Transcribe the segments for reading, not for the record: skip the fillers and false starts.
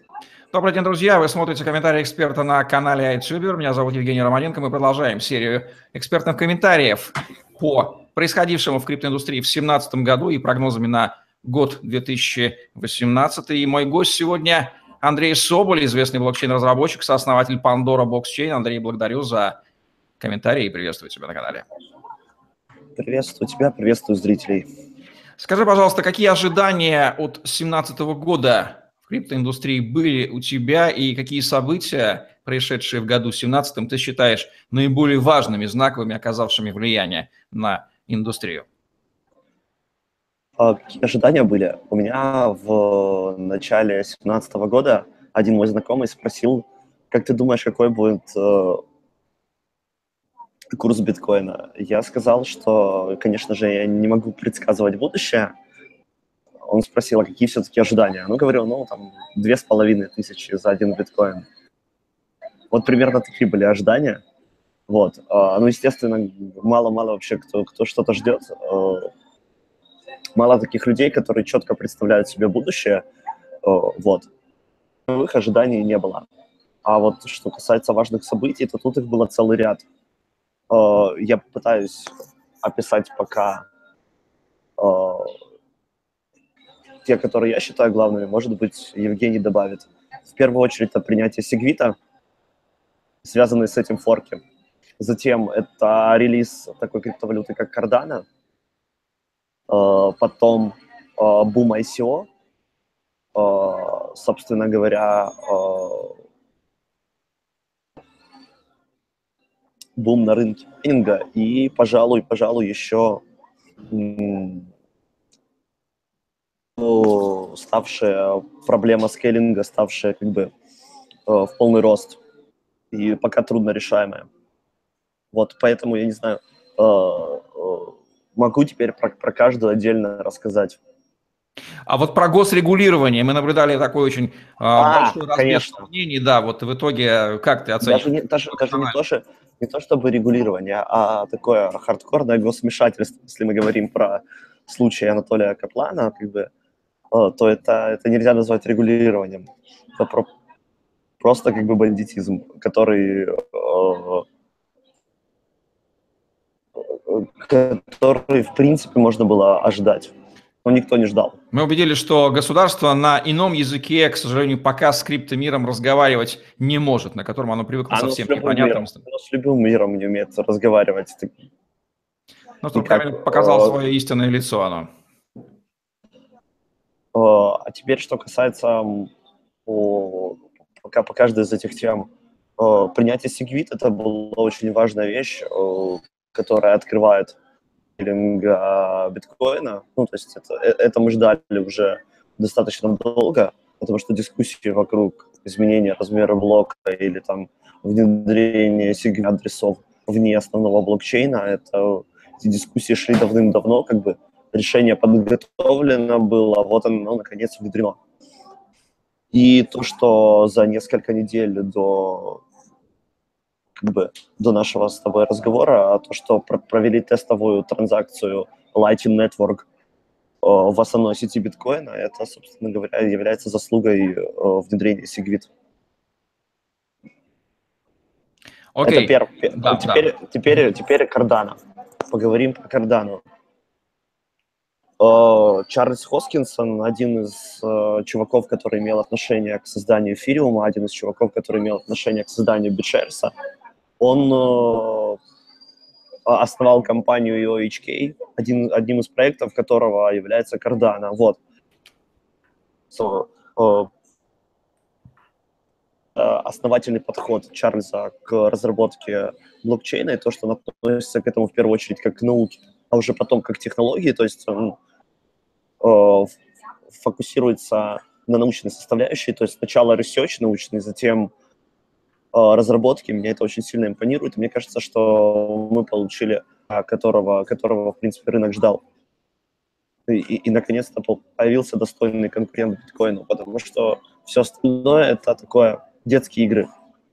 Добрый день, друзья. Вы смотрите комментарии эксперта на канале iTuber. Меня зовут Евгений Романенко. Мы продолжаем серию экспертных комментариев по происходившему в криптоиндустрии в 2017 году и прогнозами на год 2018. И мой гость сегодня Андрей Соболь, известный блокчейн-разработчик, сооснователь Pandora Blockchain. Андрей, благодарю за комментарии и приветствую тебя на канале. Приветствую тебя, приветствую зрителей. Скажи, пожалуйста, какие ожидания от 2017 года в криптоиндустрии были у тебя и какие события, происшедшие в году 2017, ты считаешь наиболее важными, знаковыми, оказавшими влияние на индустрию? Какие ожидания были? У меня в начале 2017 года один мой знакомый спросил, как ты думаешь, какой будет курс биткоина? Я сказал, что, конечно же, я не могу предсказывать будущее. Он спросил, а какие все-таки ожидания? Ну, говорю, там 2500 за один биткоин. Вот примерно такие были ожидания. Вот. Ну, естественно, мало-мало вообще кто что-то ждет. Мало таких людей, которые четко представляют себе будущее. Вот. Новых ожиданий не было. А вот что касается важных событий, то тут их было целый ряд. Я попытаюсь описать пока те, которые я считаю главными. Может быть, Евгений добавит. В первую очередь, это принятие Segwit, связанные с этим форки. Затем это релиз такой криптовалюты, как Cardano. Потом Boom ICO. Собственно говоря, бум на рынке майнинга и, пожалуй, еще ставшая проблема скейлинга, ставшая как бы в полный рост и пока трудно решаемая. Вот, поэтому я не знаю, могу теперь про каждую отдельно рассказать. А вот про госрегулирование мы наблюдали такой очень большой разбег мнений. Да, вот в итоге как ты оцениваешь? Даже не то чтобы регулирование, а такое хардкорное госвмешательство. Если мы говорим про случай Анатолия Каплана, как бы, то это нельзя назвать регулированием. Это просто как бы бандитизм, который в принципе можно было ожидать, но никто не ждал. Мы убедились, что государство на ином языке, к сожалению, пока с криптомиром разговаривать не может, на котором оно привыкло совсем непонятным. Оно с любым миром не умеет разговаривать. Ну, что показал свое истинное лицо оно. А теперь, что касается пока по каждой из этих тем, принятие Segwit — это была очень важная вещь, которая открывает биткоина. Ну, то есть это мы ждали уже достаточно долго, потому что дискуссии вокруг изменения размера блока или там внедрения Segwit-адресов вне основного блокчейна, эти дискуссии шли давным-давно, как бы решение подготовлено было, вот оно, наконец, внедрено. И то, что за несколько недель до нашего с тобой разговора, то, что провели тестовую транзакцию Lightning Network в основной сети биткоина, это, собственно говоря, является заслугой внедрения Segwit. Okay. Это первое. Теперь Cardano. Поговорим про Cardano. Чарльз Хоскинсон, один из чуваков, который имел отношение к созданию эфириума, один из чуваков, который имел отношение к созданию BitShares, он основал компанию EOHK, одним из проектов которого является Cardano. Вот. Основательный подход Чарльза к разработке блокчейна и то, что он относится к этому в первую очередь как к науке, а уже потом как к технологии, то есть он фокусируется на научной составляющей, то есть сначала research научный, затем разработки. Мне это очень сильно импонирует, и мне кажется, что мы получили которого в принципе, рынок ждал. И наконец-то появился достойный конкурент биткоину, потому что все остальное — это такое детские игры.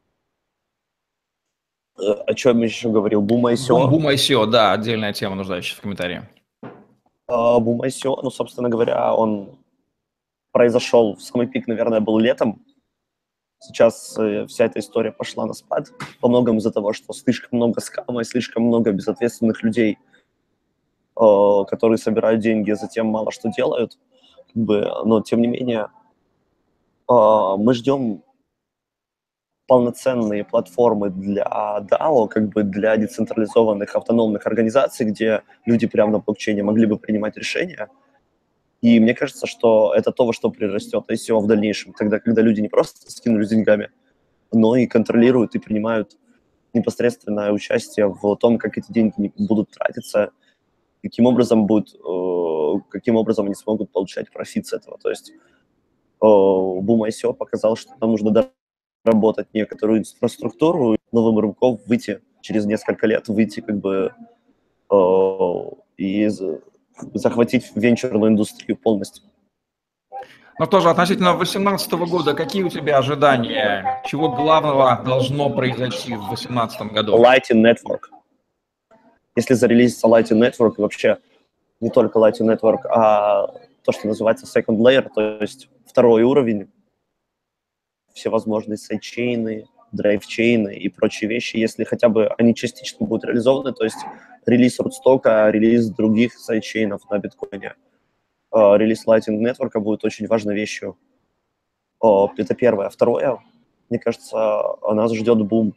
О чем я еще говорил? Boom ICO. Boom ICO, да, отдельная тема, нуждающаяся в комментарии. Boom ICO, ну, собственно говоря, он произошел, самый пик, наверное, был летом Сейчас вся эта история пошла на спад, во многом из-за того, что слишком много скама и слишком много безответственных людей, которые собирают деньги, а затем мало что делают. Как бы, но, тем не менее, мы ждем полноценные платформы для DAO, как бы для децентрализованных автономных организаций, где люди прямо на блокчейне могли бы принимать решения. И мне кажется, что это то, во что прирастет ICO в дальнейшем, тогда, когда люди не просто скинулись деньгами, но и контролируют и принимают непосредственное участие в том, как эти деньги будут тратиться, каким образом они смогут получать профит с этого. То есть бум ICO показал, что нам нужно доработать некоторую инфраструктуру, новым рынком выйти через несколько лет, выйти как бы и захватить венчурную индустрию полностью. Но тоже относительно 2018 года, какие у тебя ожидания? Чего главного должно произойти в 2018 году? Lightning Network. Если зарелизится Lightning Network, и вообще не только Lightning Network, а то, что называется second layer, то есть второй уровень, всевозможные сайдчейны, драйвчейны и прочие вещи, если хотя бы они частично будут реализованы, то есть релиз Rootstock, релиз других сайдчейнов на биткоине, релиз Lightning Network будет очень важной вещью. Это первое. Второе, мне кажется, нас ждет бум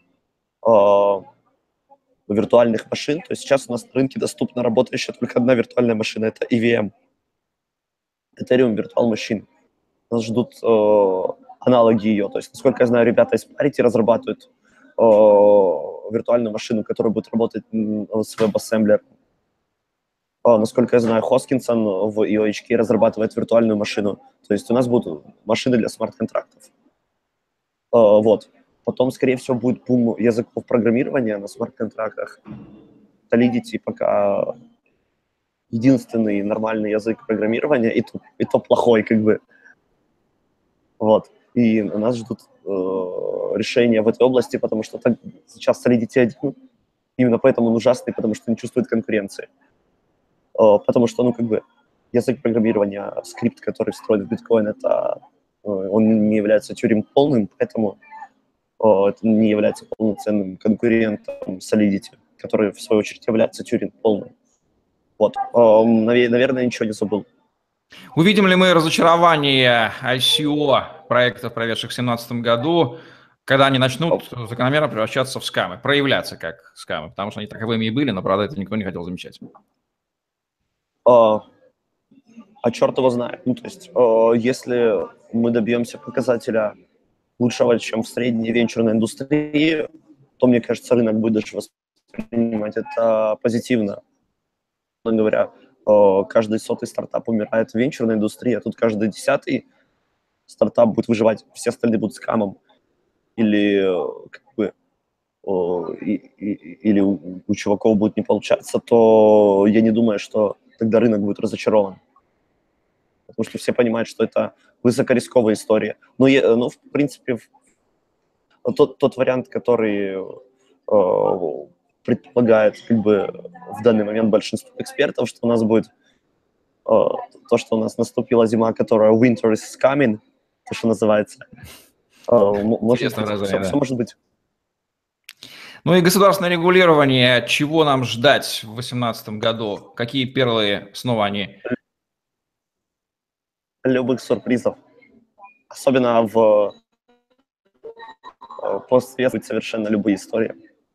виртуальных машин. То есть сейчас у нас на рынке доступна работающая только одна виртуальная машина, это EVM, Ethereum Virtual Machine. Нас ждут аналоги ее. То есть, насколько я знаю, ребята из Parity разрабатывают виртуальную машину, которая будет работать с WebAssembler. Насколько я знаю, Hoskinson в EOHK разрабатывает виртуальную машину. То есть у нас будут машины для смарт-контрактов. Вот. Потом, скорее всего, будет бум языков программирования на смарт-контрактах. Solidity пока единственный нормальный язык программирования, и то плохой, как бы. Вот. И нас ждут решения в этой области, потому что сейчас Solidity 1, именно поэтому он ужасный, потому что не чувствует конкуренции. Потому что, как бы, язык программирования, скрипт, который встроен в биткоин, он не является Тьюринг полным, поэтому это не является полноценным конкурентом Solidity, который, в свою очередь, является Тьюринг полным. Вот. Наверное, ничего не забыл. Увидим ли мы разочарование ICO проектов, проведших в 2017 году, когда они начнут закономерно превращаться в скамы, проявляться как скамы, потому что они таковыми и были, но, правда, это никто не хотел замечать. Черт его знает. То есть, если мы добьемся показателя лучшего, чем в средней венчурной индустрии, то, мне кажется, рынок будет даже воспринимать это позитивно. Говоря, каждый 100-й стартап умирает в венчурной индустрии, а тут каждый 10-й стартап будет выживать, все остальные будут скамом. Или как бы или у чуваков будет не получаться, то я не думаю, что тогда рынок будет разочарован. Потому что все понимают, что это высокорисковая история. Ну, в принципе, тот вариант, который предполагает как бы в данный момент большинство экспертов, что у нас будет то, что у нас наступила зима, которая winter is coming, то, что называется. Может быть, все может быть. Ну и государственное регулирование, чего нам ждать в 2018 году? Какие первые снова они? Любых сюрпризов. Особенно в постсоветской совершенно любые истории.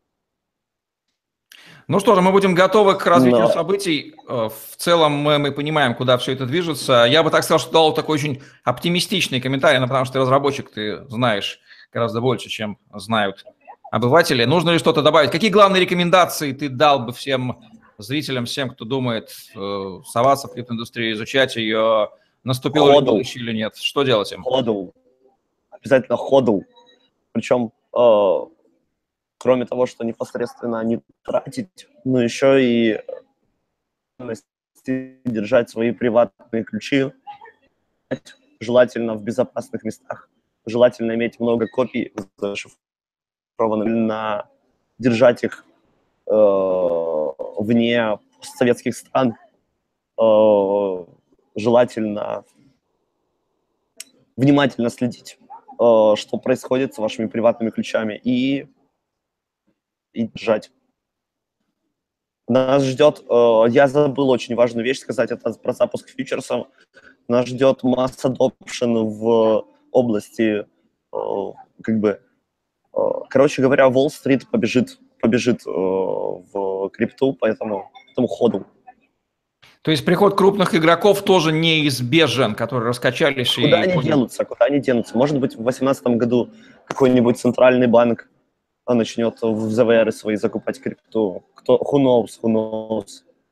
Ну что же, мы будем готовы к развитию событий. В целом мы понимаем, куда все это движется. Я бы так сказал, что дал такой очень оптимистичный комментарий, потому что ты разработчик, ты знаешь гораздо больше, чем знают обыватели. Нужно ли что-то добавить? Какие главные рекомендации ты дал бы всем зрителям, всем, кто думает соваться в криптоиндустрию, изучать ее, наступило ли будущее или нет? Что делать им? Ходл. Обязательно ходл. Причем кроме того, что непосредственно не тратить, но еще и держать свои приватные ключи, желательно в безопасных местах, желательно иметь много копий зашифрованных, держать их вне советских стран, желательно внимательно следить что происходит с вашими приватными ключами, и держать. Нас ждет, я забыл очень важную вещь сказать, это про запуск фьючерсов. Нас ждет масс adoption в области, короче говоря, Уолл-стрит побежит в крипту по этому ходу. То есть приход крупных игроков тоже неизбежен, которые раскачались. Куда они денутся? Может быть, в 2018 году какой-нибудь центральный банк начнет в ЗВР свои закупать крипту. Who knows?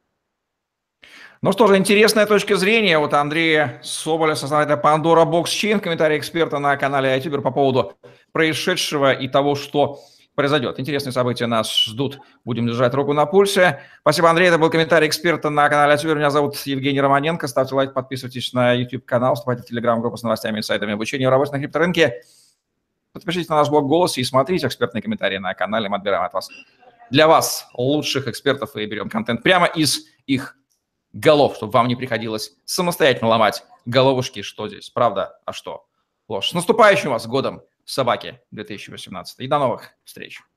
Ну что же, интересная точка зрения. Вот Андрей Соболев, основатель Pandora Box Chain, комментарий эксперта на канале iTuber по поводу происшедшего и того, что произойдет. Интересные события нас ждут. Будем держать руку на пульсе. Спасибо, Андрей. Это был комментарий эксперта на канале iTuber. Меня зовут Евгений Романенко. Ставьте лайк, подписывайтесь на YouTube-канал, вступайте в Telegram-группу с новостями, инсайтами, обучением работы на крипторынке. Подпишитесь на наш блог «Голос» и смотрите экспертные комментарии на канале. Мы отбираем от вас, для вас, лучших экспертов и берем контент прямо из их голов, чтобы вам не приходилось самостоятельно ломать головушки, что здесь правда, а что ложь. С наступающим вас годом собаки 2018. И до новых встреч.